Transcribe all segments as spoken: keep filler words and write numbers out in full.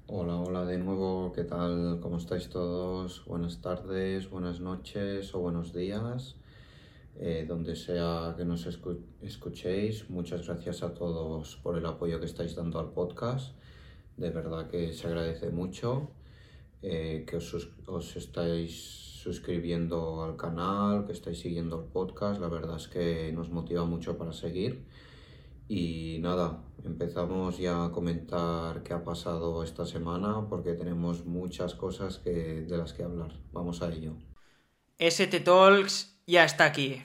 Hola, hola de nuevo, ¿qué tal? ¿Cómo estáis todos? Buenas tardes, buenas noches o buenos días, eh, donde sea que nos escu- escuchéis. Muchas gracias a todos por el apoyo que estáis dando al podcast. De verdad que se agradece mucho eh, que os, sus- os estáis suscribiendo al canal, que estáis siguiendo el podcast. La verdad es que nos motiva mucho para seguir. Y nada, empezamos ya a comentar qué ha pasado esta semana porque tenemos muchas cosas que, de las que hablar. Vamos a ello. S T Talks ya está aquí.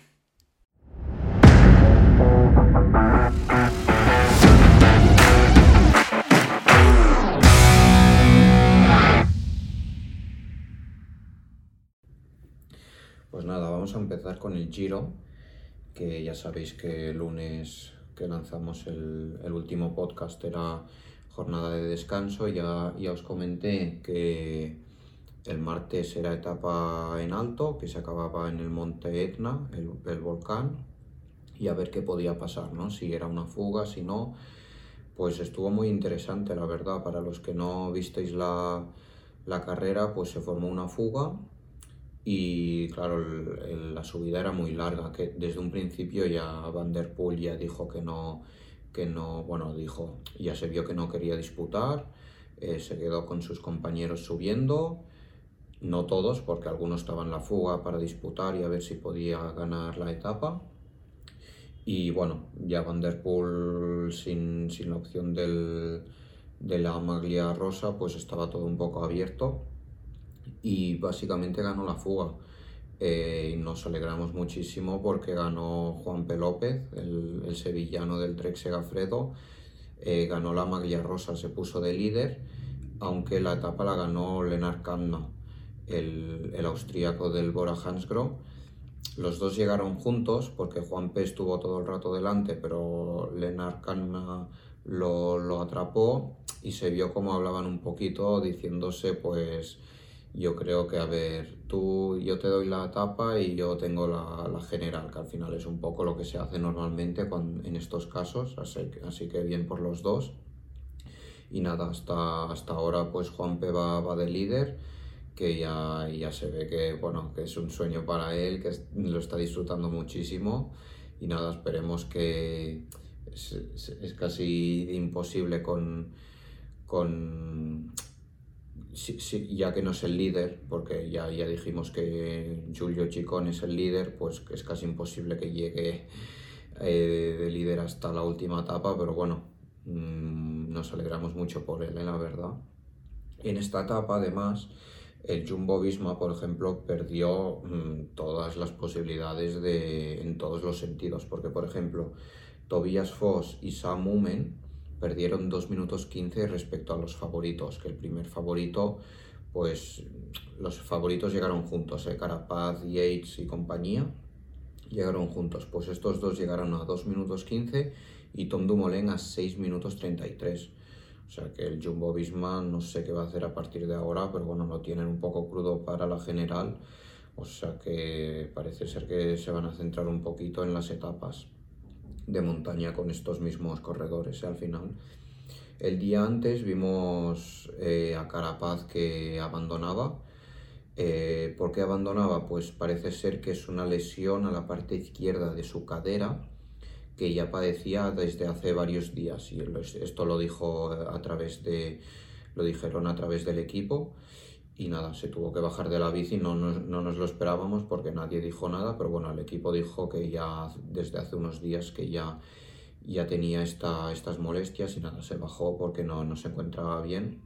Pues nada, vamos a empezar con el Giro, que ya sabéis que el lunes que lanzamos el, el último podcast era jornada de descanso. Ya, ya os comenté que el martes era etapa en alto, que se acababa en el monte Etna, el, el volcán, y a ver qué podía pasar, ¿no? Si era una fuga, si no. Pues estuvo muy interesante, la verdad. Para los que no visteis la, la carrera, pues se formó una fuga y claro, el- el- la subida era muy larga, que desde un principio ya Van der Poel ya dijo que no, que no, bueno, dijo, ya se vio que no quería disputar, eh, se quedó con sus compañeros subiendo, no todos, porque algunos estaban en la fuga para disputar y a ver si podía ganar la etapa. Y bueno, ya Van der Poel sin, sin la opción del, de la maglia rosa, pues estaba todo un poco abierto y básicamente ganó la fuga. Eh, y nos alegramos muchísimo porque ganó Juanpe López, el, el sevillano del Trek Segafredo, eh, ganó la maglia rosa, se puso de líder, aunque la etapa la ganó Lennart Kemna, el, el austríaco del Bora Hansgrohe. Los dos llegaron juntos porque Juanpe estuvo todo el rato delante, pero Lennart Kemna lo, lo atrapó y se vio como hablaban un poquito diciéndose pues yo creo que a ver, tú yo te doy la etapa y yo tengo la, la general, que al final es un poco lo que se hace normalmente cuando, en estos casos, así, así que bien por los dos. Y nada, hasta, hasta ahora pues Juanpe va, va de líder, que ya, ya se ve que, bueno, que es un sueño para él, que es- lo está disfrutando muchísimo. Y nada, esperemos que es, es- es casi imposible con, con sí, sí, ya que no es el líder, porque ya, ya dijimos que Giulio Ciccone es el líder, pues que es casi imposible que llegue eh, de líder hasta la última etapa, pero bueno, mmm, nos alegramos mucho por él, eh, la verdad. En esta etapa, además, el Jumbo Visma, por ejemplo, perdió mmm, todas las posibilidades de, en todos los sentidos, porque, por ejemplo, Tobias Foss y Sam Oomen perdieron dos minutos quince respecto a los favoritos, que el primer favorito, pues los favoritos llegaron juntos, ¿eh? Carapaz, Yates y compañía, llegaron juntos. Pues estos dos llegaron a dos minutos quince y Tom Dumoulin a seis minutos treinta y tres. O sea que el Jumbo Visma no sé qué va a hacer a partir de ahora, pero bueno, lo tienen un poco crudo para la general. O sea que parece ser que se van a centrar un poquito en las etapas de montaña con estos mismos corredores, ¿eh? Al final. El día antes vimos eh, a Carapaz que abandonaba. Eh, ¿Por qué abandonaba? Pues parece ser que es una lesión a la parte izquierda de su cadera que ya padecía desde hace varios días y esto lo dijo a través de lo dijeron a través del equipo y nada, se tuvo que bajar de la bici, no nos, no nos lo esperábamos porque nadie dijo nada, pero bueno, el equipo dijo que ya desde hace unos días que ya, ya tenía esta, estas molestias y nada, se bajó porque no, no se encontraba bien.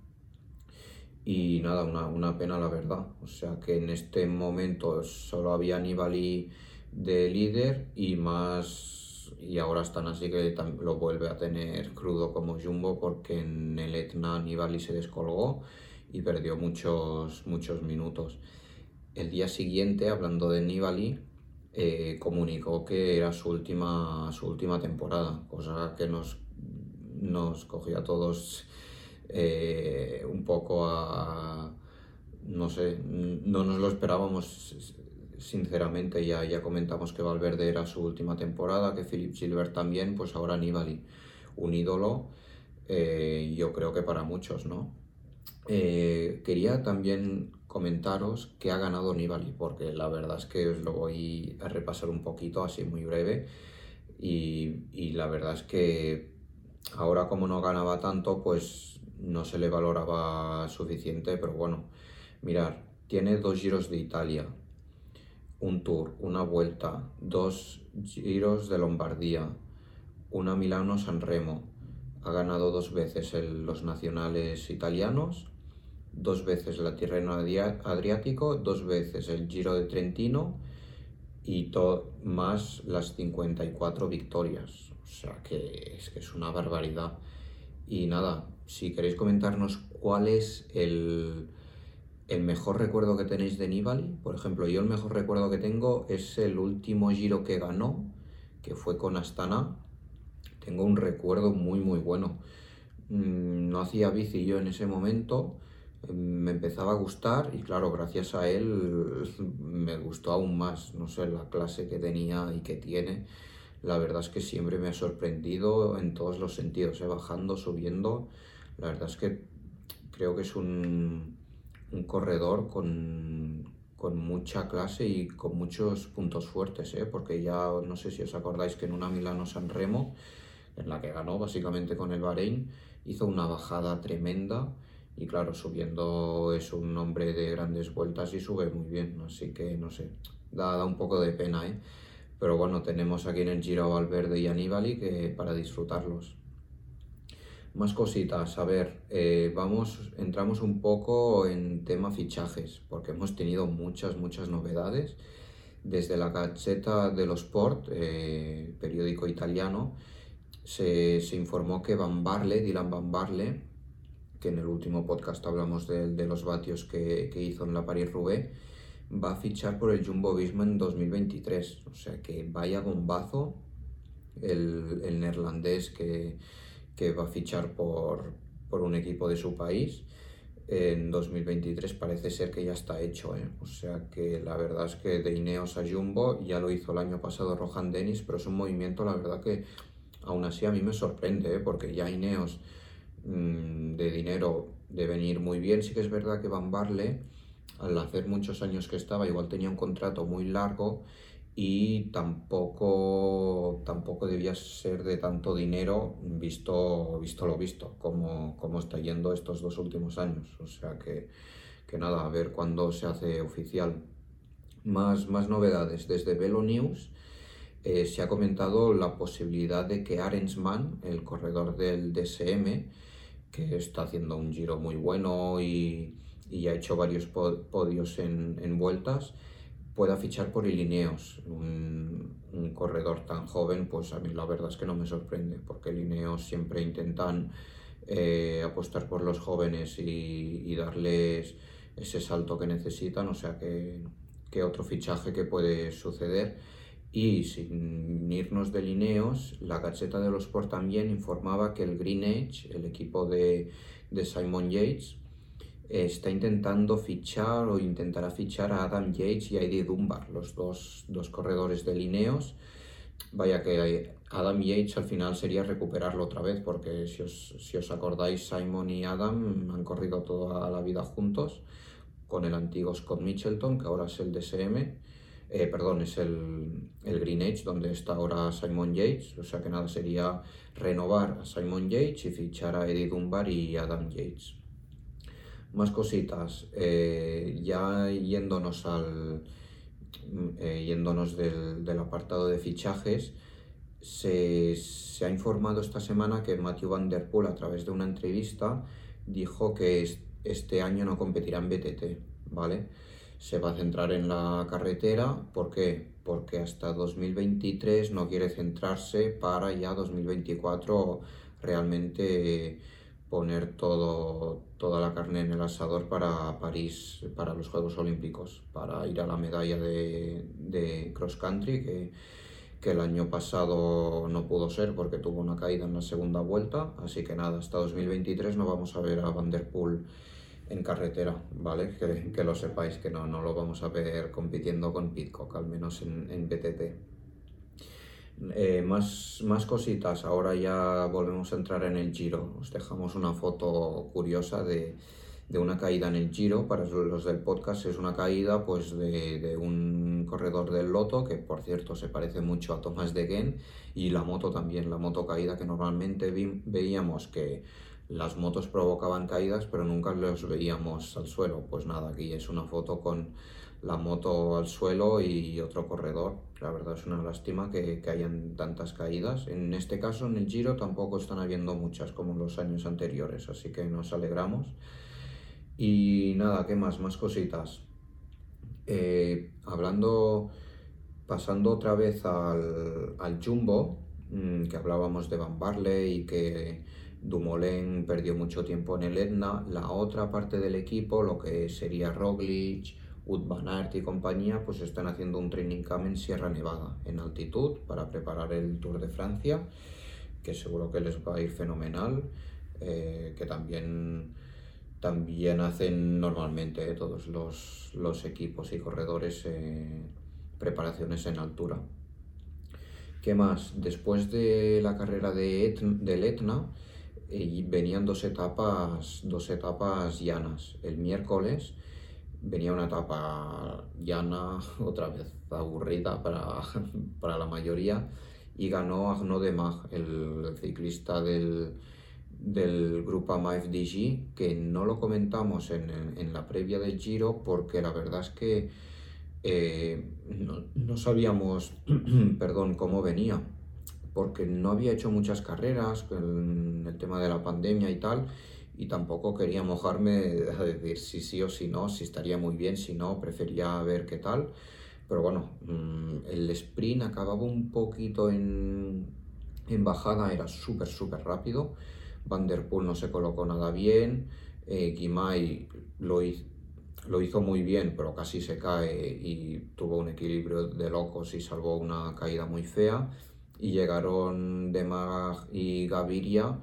Y nada, una, una pena la verdad. O sea que en este momento solo había Nibali de líder y más. Y ahora están así que lo vuelve a tener crudo como Jumbo porque en el Etna Nibali se descolgó y perdió muchos, muchos minutos. El día siguiente, hablando de Nibali, eh, comunicó que era su última, su última temporada, cosa que nos, nos cogió a todos eh, un poco a, no sé, no nos lo esperábamos sinceramente. Ya, ya comentamos que Valverde era su última temporada, que Philip Gilbert también, pues ahora Nibali, un ídolo, eh, yo creo que para muchos, ¿no? Eh, quería también comentaros que ha ganado Nibali, porque la verdad es que os lo voy a repasar un poquito, así muy breve, y, y la verdad es que ahora como no ganaba tanto, pues no se le valoraba suficiente, pero bueno, mirar, tiene dos Giros de Italia, un Tour, una Vuelta, dos Giros de Lombardía, una Milano-San Remo, ha ganado dos veces el, los nacionales italianos, dos veces la Tirreno Adriático, dos veces el Giro de Trentino y to- más las cincuenta y cuatro victorias. O sea que es que es una barbaridad. Y nada, si queréis comentarnos cuál es el, el mejor recuerdo que tenéis de Nibali. Por ejemplo, yo el mejor recuerdo que tengo es el último Giro que ganó, que fue con Astana. Tengo un recuerdo muy muy bueno. Mm, No hacía bici yo en ese momento, eh, me empezaba a gustar y claro, gracias a él me gustó aún más, no sé, la clase que tenía y que tiene. La verdad es que siempre me ha sorprendido en todos los sentidos, eh, bajando, subiendo. La verdad es que creo que es un, un corredor con, con mucha clase y con muchos puntos fuertes, ¿eh? Porque ya no sé si os acordáis que en una Milano-San Remo, en la que ganó básicamente con el Bahrein, hizo una bajada tremenda y claro, subiendo es un hombre de grandes vueltas y sube muy bien, así que no sé, da, da un poco de pena, ¿eh? Pero bueno, tenemos aquí en el Giro a Valverde y a Nibali que para disfrutarlos. Más cositas, a ver, eh, vamos, entramos un poco en tema fichajes, porque hemos tenido muchas, muchas novedades. Desde la Gazzetta dello Sport, eh, periódico italiano, se, se informó que Van Barle, Dylan Van Barle, que en el último podcast hablamos de, de los vatios que, que hizo en la Paris-Roubaix, va a fichar por el Jumbo-Visma en dos mil veintitrés. O sea que vaya bombazo el, el neerlandés que, que va a fichar por, por un equipo de su país. En dos mil veintitrés parece ser que ya está hecho, ¿eh? O sea que la verdad es que de Ineos a Jumbo ya lo hizo el año pasado Rohan Dennis, pero es un movimiento, la verdad que aún así a mí me sorprende, ¿eh? Porque ya Ineos mmm, de dinero deben ir muy bien. Sí que es verdad que Van Barle, al hacer muchos años que estaba, igual tenía un contrato muy largo y tampoco, tampoco debía ser de tanto dinero visto, visto lo visto, como, como está yendo estos dos últimos años. O sea que, que nada, a ver cuándo se hace oficial. Más, más novedades. Desde Velo News eh, se ha comentado la posibilidad de que Arensman, el corredor del D S M, que está haciendo un giro muy bueno y, y ha hecho varios podios en, en vueltas, pueda fichar por Ineos. Un, un corredor tan joven, pues a mí la verdad es que no me sorprende, porque Ineos siempre intentan eh, apostar por los jóvenes y, y darles ese salto que necesitan, o sea que, que otro fichaje que puede suceder. Y sin irnos de Ineos, la Gazzetta dello Sport también informaba que el Green Edge, el equipo de, de Simon Yates, está intentando fichar o intentará fichar a Adam Yates y a Eddie Dunbar, los dos, dos corredores de Ineos. Vaya que Adam Yates al final sería recuperarlo otra vez, porque si os, si os acordáis, Simon y Adam han corrido toda la vida juntos con el antiguo Scott Mitchelton, que ahora es el D S M. Eh, perdón, es el, el Green Edge, donde está ahora Simon Yates. O sea que nada, sería renovar a Simon Yates y fichar a Eddie Dunbar y Adam Yates. Más cositas, eh, ya yéndonos al eh, yéndonos del, del apartado de fichajes, se, se ha informado esta semana que Mathieu Van Der Poel, a través de una entrevista, dijo que es, este año no competirá en B T T, ¿vale? Se va a centrar en la carretera. ¿Por qué? Porque hasta dos mil veintitrés no quiere centrarse para ya dos mil veinticuatro realmente poner todo, toda la carne en el asador para París, para los Juegos Olímpicos, para ir a la medalla de, de cross country, que, que el año pasado no pudo ser porque tuvo una caída en la segunda vuelta. Así que nada, hasta dos mil veintitrés no vamos a ver a Van Der Poel en carretera, ¿vale? Que, que lo sepáis, que no, no lo vamos a ver compitiendo con Pidcock, al menos en, en B T T. Eh, más, más cositas, ahora ya volvemos a entrar en el Giro. Os dejamos una foto curiosa de, de una caída en el Giro. Para los del podcast es una caída pues de, de un corredor del Lotto, que por cierto se parece mucho a Thomas de Gendt, y la moto también, la moto caída, que normalmente vi, veíamos que las motos provocaban caídas pero nunca los veíamos al suelo. Pues nada, aquí es una foto con la moto al suelo y otro corredor. La verdad es una lástima que, que hayan tantas caídas. En este caso, en el Giro, tampoco están habiendo muchas como en los años anteriores, así que nos alegramos. Y nada, ¿qué más? Más cositas. Eh, hablando, pasando otra vez al, al Jumbo, mmm, que hablábamos de Van Barle y que Dumoulin perdió mucho tiempo en el Etna. La otra parte del equipo, lo que sería Roglic, Wout van Aert y compañía, pues están haciendo un training camp en Sierra Nevada, en altitud, para preparar el Tour de Francia, que seguro que les va a ir fenomenal, eh, que también, también hacen normalmente eh, todos los, los equipos y corredores eh, preparaciones en altura. ¿Qué más? Después de la carrera de Etna, del Etna, eh, venían dos etapas, dos etapas llanas. El miércoles venía una etapa llana, otra vez aburrida para, para la mayoría, y ganó Arnaud Demar, el, el ciclista del, del Groupama F D G, que no lo comentamos en, en, en la previa del Giro porque la verdad es que eh, no, no sabíamos perdón, cómo venía, porque no había hecho muchas carreras con el tema de la pandemia y tal, y tampoco quería mojarme a decir si sí o si no, si estaría muy bien, si no, prefería ver qué tal. Pero bueno, el sprint acababa un poquito en, en bajada, era súper súper rápido. Van der Poel no se colocó nada bien, eh, Guimay lo hizo, lo hizo muy bien, pero casi se cae y tuvo un equilibrio de locos y salvó una caída muy fea. Y llegaron Demar y Gaviria,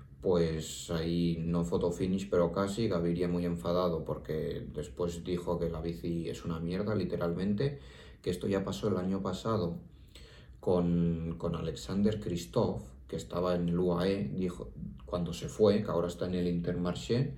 pues ahí no photo finish, pero casi. Gaviria muy enfadado porque después dijo que la bici es una mierda, literalmente, que esto ya pasó el año pasado con, con Alexander Kristoff, que estaba en el U A E, dijo, cuando se fue, que ahora está en el Intermarché,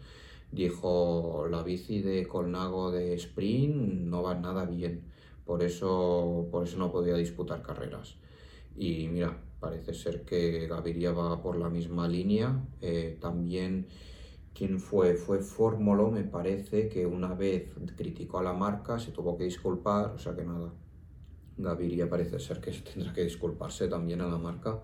dijo, la bici de Colnago de sprint no va nada bien, por eso, por eso no podía disputar carreras. Y mira, parece ser que Gaviria va por la misma línea. Eh, también, ¿quién fue? Fue Fórmulo, me parece, que una vez criticó a la marca, se tuvo que disculpar, o sea que nada, Gaviria parece ser que tendrá que disculparse también a la marca,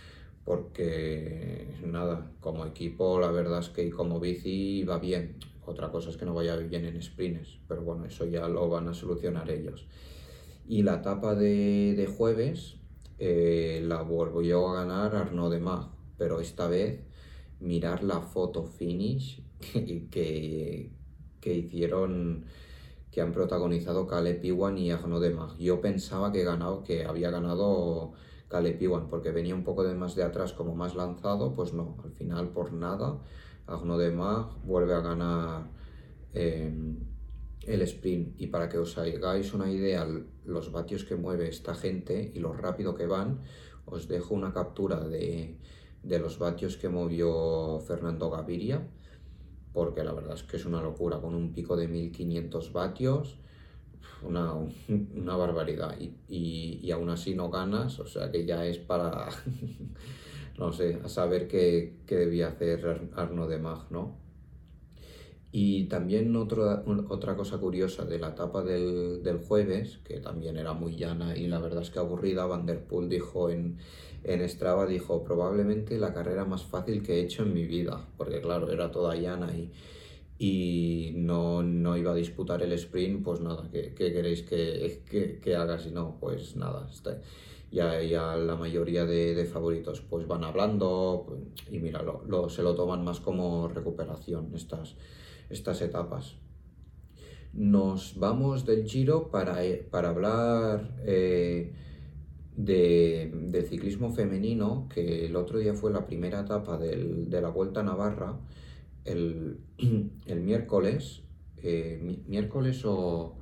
porque nada, como equipo la verdad es que como bici va bien. Otra cosa es que no vaya bien en sprints, pero bueno, eso ya lo van a solucionar ellos. Y la etapa de, de jueves eh, la volvió a ganar Arnaud Demar, pero esta vez mirar la foto finish que, que, que hicieron, que han protagonizado Caleb Ewan y Arnaud Demar. Yo pensaba que, ganado, que había ganado Caleb Ewan porque venía un poco de más de atrás, como más lanzado. Pues no, al final por nada Arnaud Demar vuelve a ganar eh, el sprint. Y para que os hagáis una idea los vatios que mueve esta gente y lo rápido que van, os dejo una captura de, de los vatios que movió Fernando Gaviria, porque la verdad es que es una locura, con un pico de mil quinientos vatios, una, una barbaridad, y, y, y aún así no ganas, o sea que ya es para, no sé, a saber qué, qué debía hacer Arnaud Demar, ¿no? Y también otro, otra cosa curiosa de la etapa del, del jueves, que también era muy llana y la verdad es que aburrida, Van der Poel dijo en, en Strava, dijo, probablemente la carrera más fácil que he hecho en mi vida, porque claro, era toda llana y, y no, no iba a disputar el sprint. Pues nada, ¿qué, qué queréis que, que, que haga si no? Pues nada, está, ya, ya la mayoría de, de favoritos pues van hablando y mira, lo, lo, se lo toman más como recuperación estas estas etapas. Nos vamos del Giro para, para hablar eh, de, de ciclismo femenino, que el otro día fue la primera etapa del, de la Vuelta a Navarra, el, el miércoles, eh, miércoles o,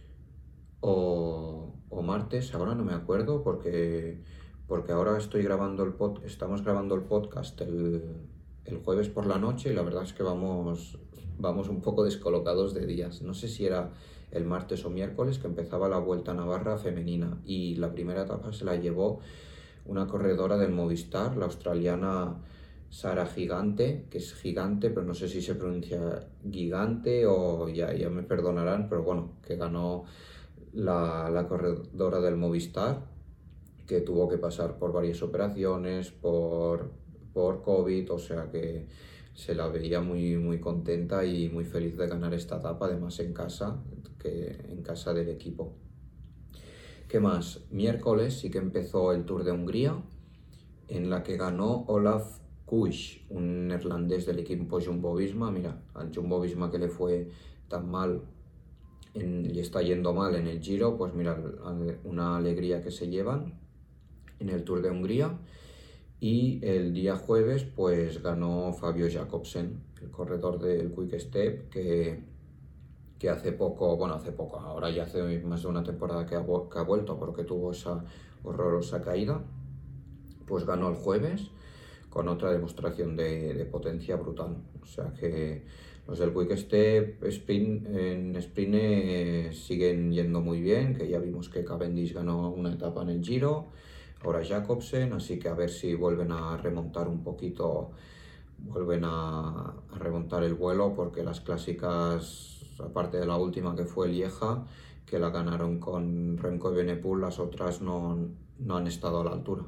o, o martes, ahora no me acuerdo, porque, porque ahora estoy grabando el pod, estamos grabando el podcast el, el jueves por la noche y la verdad es que vamos... vamos un poco descolocados de días. No sé si era el martes o miércoles que empezaba la Vuelta a Navarra femenina y la primera etapa se la llevó una corredora del Movistar, la australiana Sara Gigante, que es gigante, pero no sé si se pronuncia gigante o ya, ya me perdonarán, pero bueno, que ganó la, la corredora del Movistar, que tuvo que pasar por varias operaciones, por, por COVID, o sea que se la veía muy, muy contenta y muy feliz de ganar esta etapa, además en casa, que en casa del equipo. ¿Qué más? Miércoles sí que empezó el Tour de Hungría, en la que ganó Olaf Koes, un neerlandés del equipo Jumbo-Visma. Mira, al Jumbo-Visma que le fue tan mal en, y está yendo mal en el Giro, pues mira, una alegría que se llevan en el Tour de Hungría. Y el día jueves pues ganó Fabio Jakobsen, el corredor del Quick Step, que, que hace poco, bueno hace poco, ahora ya hace más de una temporada que ha, que ha vuelto porque tuvo esa horrorosa caída, pues ganó el jueves con otra demostración de, de potencia brutal. O sea que los del Quick Step sprint, en sprint eh, siguen yendo muy bien, que ya vimos que Cavendish ganó una etapa en el Giro, ahora Jakobsen, así que a ver si vuelven a remontar un poquito, vuelven a, a remontar el vuelo, porque las clásicas, aparte de la última que fue Lieja, que la ganaron con Remco Evenepoel, las otras no, no han estado a la altura.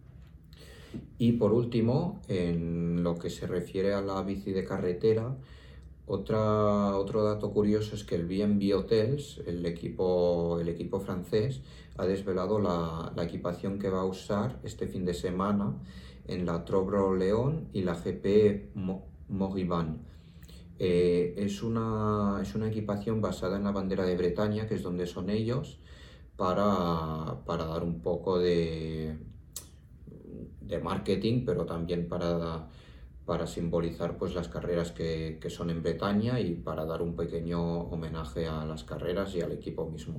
Y por último, en lo que se refiere a la bici de carretera, otra, otro dato curioso es que el B and B Hotels, el equipo, el equipo francés, ha desvelado la, la equipación que va a usar este fin de semana en la Trobro León y la G P Morbihan. Eh, es, una, es una equipación basada en la bandera de Bretaña, que es donde son ellos, para, para dar un poco de, de marketing, pero también para... para simbolizar pues las carreras que, que son en Bretaña y para dar un pequeño homenaje a las carreras y al equipo mismo.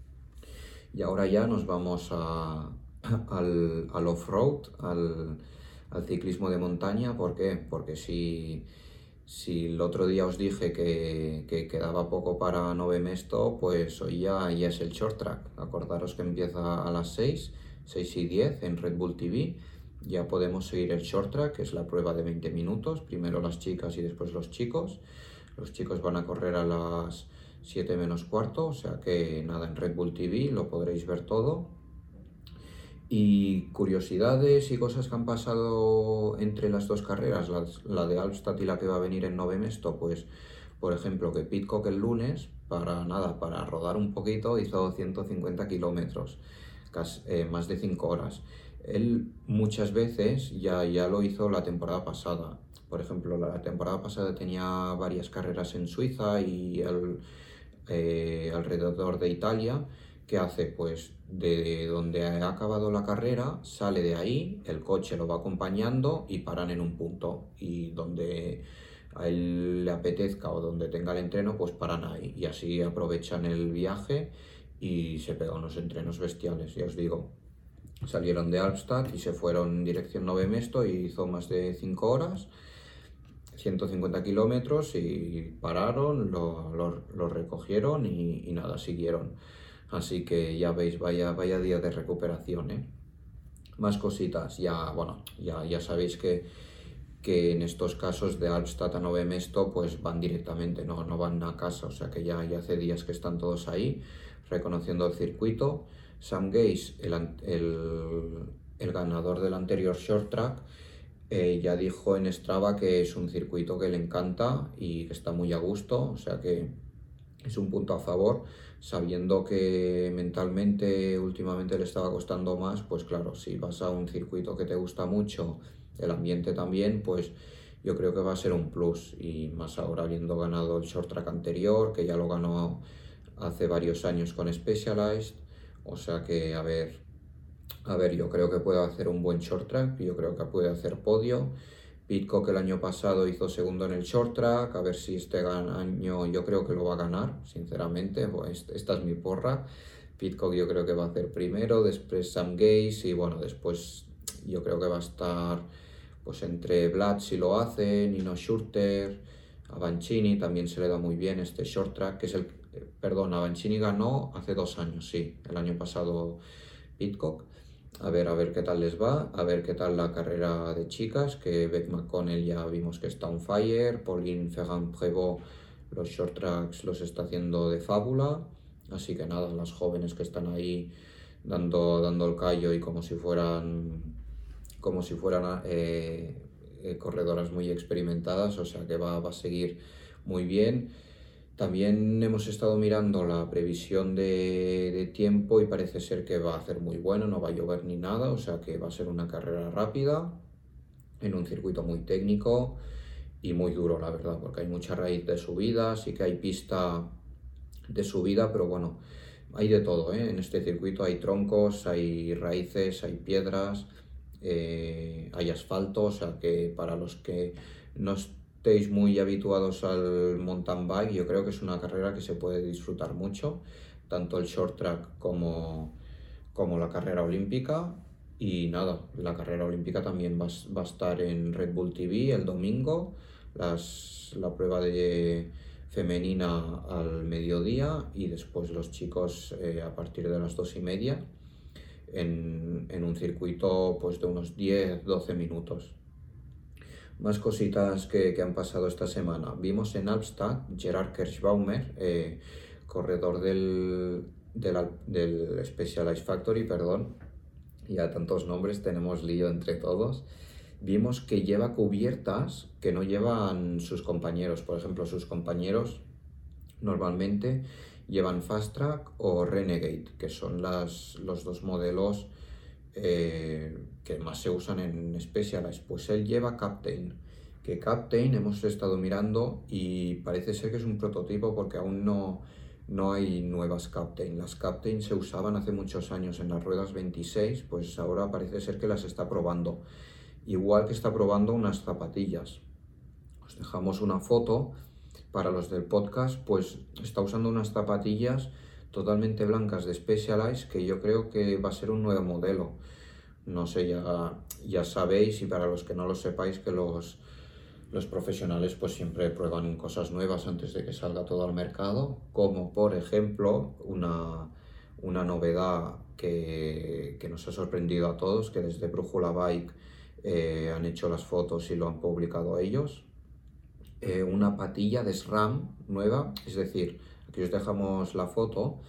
Y ahora ya nos vamos a, al, al off-road, al, al ciclismo de montaña. ¿Por qué? Porque si, si el otro día os dije que, que quedaba poco para Nove Mesto, pues hoy ya, ya es el short track. Acordaros que empieza a las seis, seis y diez en Red Bull T V. Ya podemos seguir el short track, que es la prueba de veinte minutos, primero las chicas y después los chicos. Los chicos van a correr a las siete menos cuarto, o sea que nada, en Red Bull T V lo podréis ver todo. Y curiosidades y cosas que han pasado entre las dos carreras, la, la de Albstadt y la que va a venir en Nove Mesto, pues por ejemplo que Pidcock el lunes, para nada, para rodar un poquito, hizo ciento cincuenta kilómetros, casi, eh, más de cinco horas. Él muchas veces ya, ya lo hizo la temporada pasada. Por ejemplo, la temporada pasada tenía varias carreras en Suiza y el, eh, alrededor de Italia. ¿Qué hace? Pues de donde ha acabado la carrera, sale de ahí, el coche lo va acompañando y paran en un punto. Y donde a él le apetezca o donde tenga el entreno, pues paran ahí. Y así aprovechan el viaje y se pegan unos entrenos bestiales, ya os digo. Salieron de Albstadt y se fueron en dirección Nove Mesto y hizo más de cinco horas, ciento cincuenta kilómetros, y pararon, lo, lo, lo recogieron y, y nada, siguieron. Así que ya veis, vaya, vaya día de recuperación, ¿eh? Más cositas, ya, bueno, ya, ya sabéis que, que en estos casos de Albstadt a Nove Mesto pues van directamente, no, no van a casa, o sea que ya, ya hace días que están todos ahí, reconociendo el circuito. Sam Gaze, el, el, el ganador del anterior short track, eh, ya dijo en Strava que es un circuito que le encanta y que está muy a gusto, o sea que es un punto a favor, sabiendo que mentalmente últimamente le estaba costando más. Pues claro, si vas a un circuito que te gusta mucho, el ambiente también, pues yo creo que va a ser un plus, y más ahora habiendo ganado el short track anterior, que ya lo ganó hace varios años con Specialized. O sea que, a ver, a ver, yo creo que puede hacer un buen short track, yo creo que puede hacer podio. Pidcock el año pasado hizo segundo en el short track, a ver si este año yo creo que lo va a ganar, sinceramente, pues esta es mi porra. Pidcock yo creo que va a hacer primero, después Sam Gaze y bueno, después yo creo que va a estar pues entre Vlad si lo hace, Nino Schurter, A Bancini también se le da muy bien este short track, que es el... Perdón, a Bancini ganó hace dos años, sí, el año pasado Pidcock. A ver, a ver qué tal les va, a ver qué tal la carrera de chicas, que Bec McConnell ya vimos que está on fire, Pauline Ferrand-Prévot los short tracks los está haciendo de fábula, así que nada, las jóvenes que están ahí dando, dando el callo y como si fueran, como si fueran eh, eh, corredoras muy experimentadas, o sea que va, va a seguir muy bien. También hemos estado mirando la previsión de, de tiempo y parece ser que va a hacer muy bueno, no va a llover ni nada, o sea que va a ser una carrera rápida en un circuito muy técnico y muy duro, la verdad, porque hay mucha raíz de subida, sí que hay pista de subida, pero bueno, hay de todo, ¿eh? En este circuito hay troncos, hay raíces, hay piedras, eh, hay asfalto, o sea que para los que no estéis muy habituados al mountain bike, yo creo que es una carrera que se puede disfrutar mucho, tanto el short track como, como la carrera olímpica. Y nada, la carrera olímpica también va, va a estar en Red Bull T V el domingo, las, la prueba de femenina al mediodía y después los chicos eh, a partir de las dos y media en, en un circuito pues, de unos diez doce minutos. Más cositas que, que han pasado esta semana. Vimos en Albstadt Gerard Kirschbaumer, eh, corredor del, del, del Specialized Factory, perdón, ya tantos nombres, tenemos lío entre todos. Vimos que lleva cubiertas que no llevan sus compañeros. Por ejemplo, sus compañeros normalmente llevan Fast Track o Renegade, que son las, los dos modelos eh, que más se usan en Specialized. Pues él lleva Captain, que Captain hemos estado mirando y parece ser que es un prototipo porque aún no, no hay nuevas Captain. Las Captain se usaban hace muchos años en las ruedas veintiséis, pues ahora parece ser que las está probando. Igual que está probando unas zapatillas. Os dejamos una foto para los del podcast, pues está usando unas zapatillas totalmente blancas de Specialized, que yo creo que va a ser un nuevo modelo. No sé, ya, ya sabéis, y para los que no lo sepáis, que los, los profesionales pues siempre prueban cosas nuevas antes de que salga todo al mercado, como por ejemplo una, una novedad que, que nos ha sorprendido a todos, que desde Brújula Bike eh, han hecho las fotos y lo han publicado ellos. Eh, una patilla de SRAM nueva, es decir, aquí os dejamos la foto,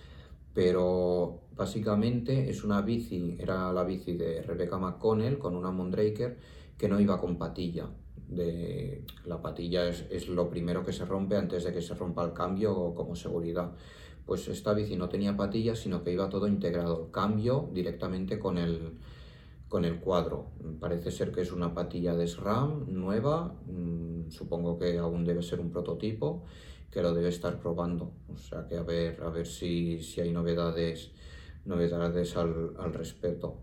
pero básicamente es una bici, era la bici de Rebecca McConnell con una Mondraker que no iba con patilla. De, la patilla es, es lo primero que se rompe antes de que se rompa el cambio o como seguridad. Pues esta bici no tenía patilla, sino que iba todo integrado, el cambio directamente con el, con el cuadro. Parece ser que es una patilla de SRAM nueva, mmm, supongo que aún debe ser un prototipo, que lo debe estar probando, o sea que a ver, a ver si, si hay novedades, novedades al, al respecto.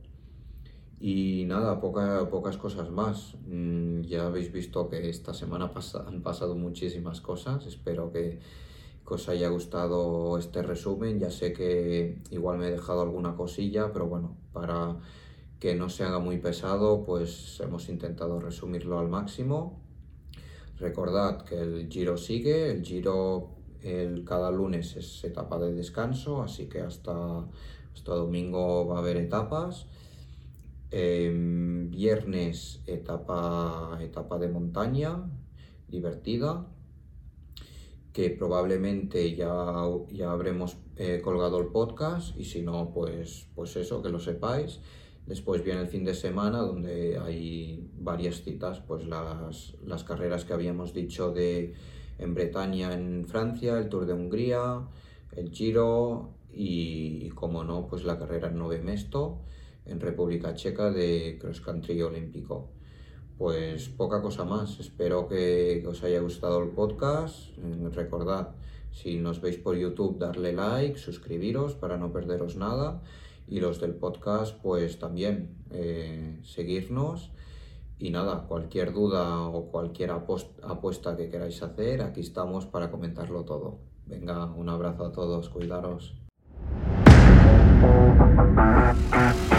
Y nada, poca, pocas cosas más. Mm, ya habéis visto que esta semana pasa, han pasado muchísimas cosas, espero que, que os haya gustado este resumen. Ya sé que igual me he dejado alguna cosilla, pero bueno, para que no se haga muy pesado, pues hemos intentado resumirlo al máximo. Recordad que el Giro sigue, el Giro el, cada lunes es etapa de descanso, así que hasta, hasta domingo va a haber etapas. Eh, viernes etapa, etapa de montaña, divertida, que probablemente ya, ya habremos eh, colgado el podcast, y si no, pues, pues eso, que lo sepáis. Después viene el fin de semana donde hay varias citas, pues las, las carreras que habíamos dicho de en Bretaña, en Francia, el Tour de Hungría, el Giro y, y como no, pues la carrera en Nové Mesto, en República Checa, de cross country olímpico. Pues poca cosa más, espero que os haya gustado el podcast. Recordad, si nos veis por YouTube, darle like, suscribiros para no perderos nada. Y los del podcast, pues también eh, seguirnos. Y nada, cualquier duda o cualquier apuesta que queráis hacer, aquí estamos para comentarlo todo. Venga, un abrazo a todos, cuidaros.